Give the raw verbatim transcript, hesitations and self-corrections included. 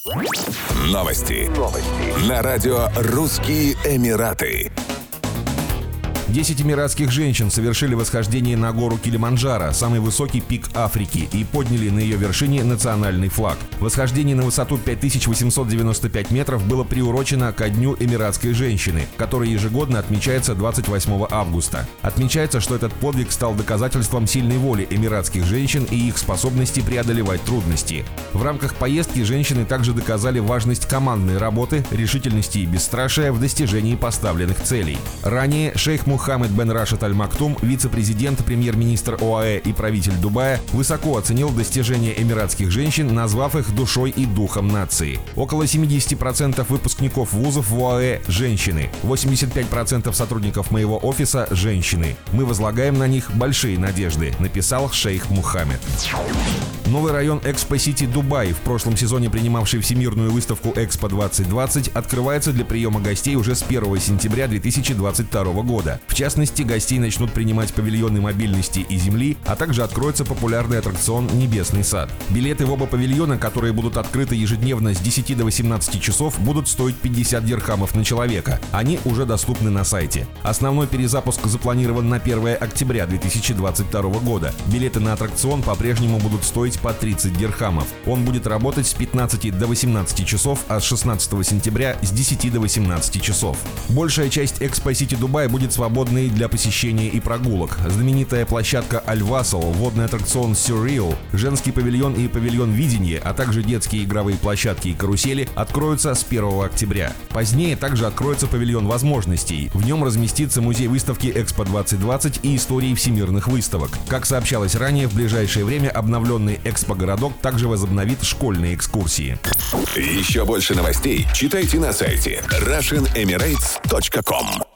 Новости. Новости. На радио «Русские Эмираты». Десять эмиратских женщин совершили восхождение на гору Килиманджаро, самый высокий пик Африки, и подняли на ее вершине национальный флаг. Восхождение на высоту пять тысяч восемьсот девяносто пять метров было приурочено ко Дню эмиратской женщины, который ежегодно отмечается двадцать восьмого августа. Отмечается, что этот подвиг стал доказательством сильной воли эмиратских женщин и их способности преодолевать трудности. В рамках поездки женщины также доказали важность командной работы, решительности и бесстрашия в достижении поставленных целей. Ранее шейх Мухаммед бен Рашид Аль Мактум, вице-президент, премьер-министр ОАЭ и правитель Дубая, высоко оценил достижения эмиратских женщин, назвав их душой и духом нации. Около семьдесят процентов выпускников вузов в ОАЭ – женщины. восемьдесят пять процентов сотрудников моего офиса – женщины. Мы возлагаем на них большие надежды, написал шейх Мухаммед. Новый район Экспо-Сити Дубай, в прошлом сезоне принимавший всемирную выставку Экспо двадцать двадцать, открывается для приема гостей уже с первого сентября две тысячи двадцать второго года. В частности, гостей начнут принимать павильоны мобильности и земли, а также откроется популярный аттракцион «Небесный сад». Билеты в оба павильона, которые будут открыты ежедневно с десяти до восемнадцати часов, будут стоить пятьдесят дирхамов на человека. Они уже доступны на сайте. Основной перезапуск запланирован на первое октября две тысячи двадцать второго года. Билеты на аттракцион по-прежнему будут стоить по тридцать дирхамов. Он будет работать с пятнадцати до восемнадцати часов, а с шестнадцатого сентября с десяти до восемнадцати часов. Большая часть Экспо-Сити Дубай будет свободной для посещения и прогулок. Знаменитая площадка Аль-Васл, водный аттракцион Surreal, женский павильон и павильон видения, а также детские игровые площадки и карусели откроются с первого октября. Позднее также откроется павильон возможностей. В нем разместится музей выставки Экспо двадцать двадцать и истории всемирных выставок. Как сообщалось ранее, в ближайшее время обновленный Экспо-городок также возобновит школьные экскурсии. Еще больше новостей читайте на сайте Russian Emirates точка ком.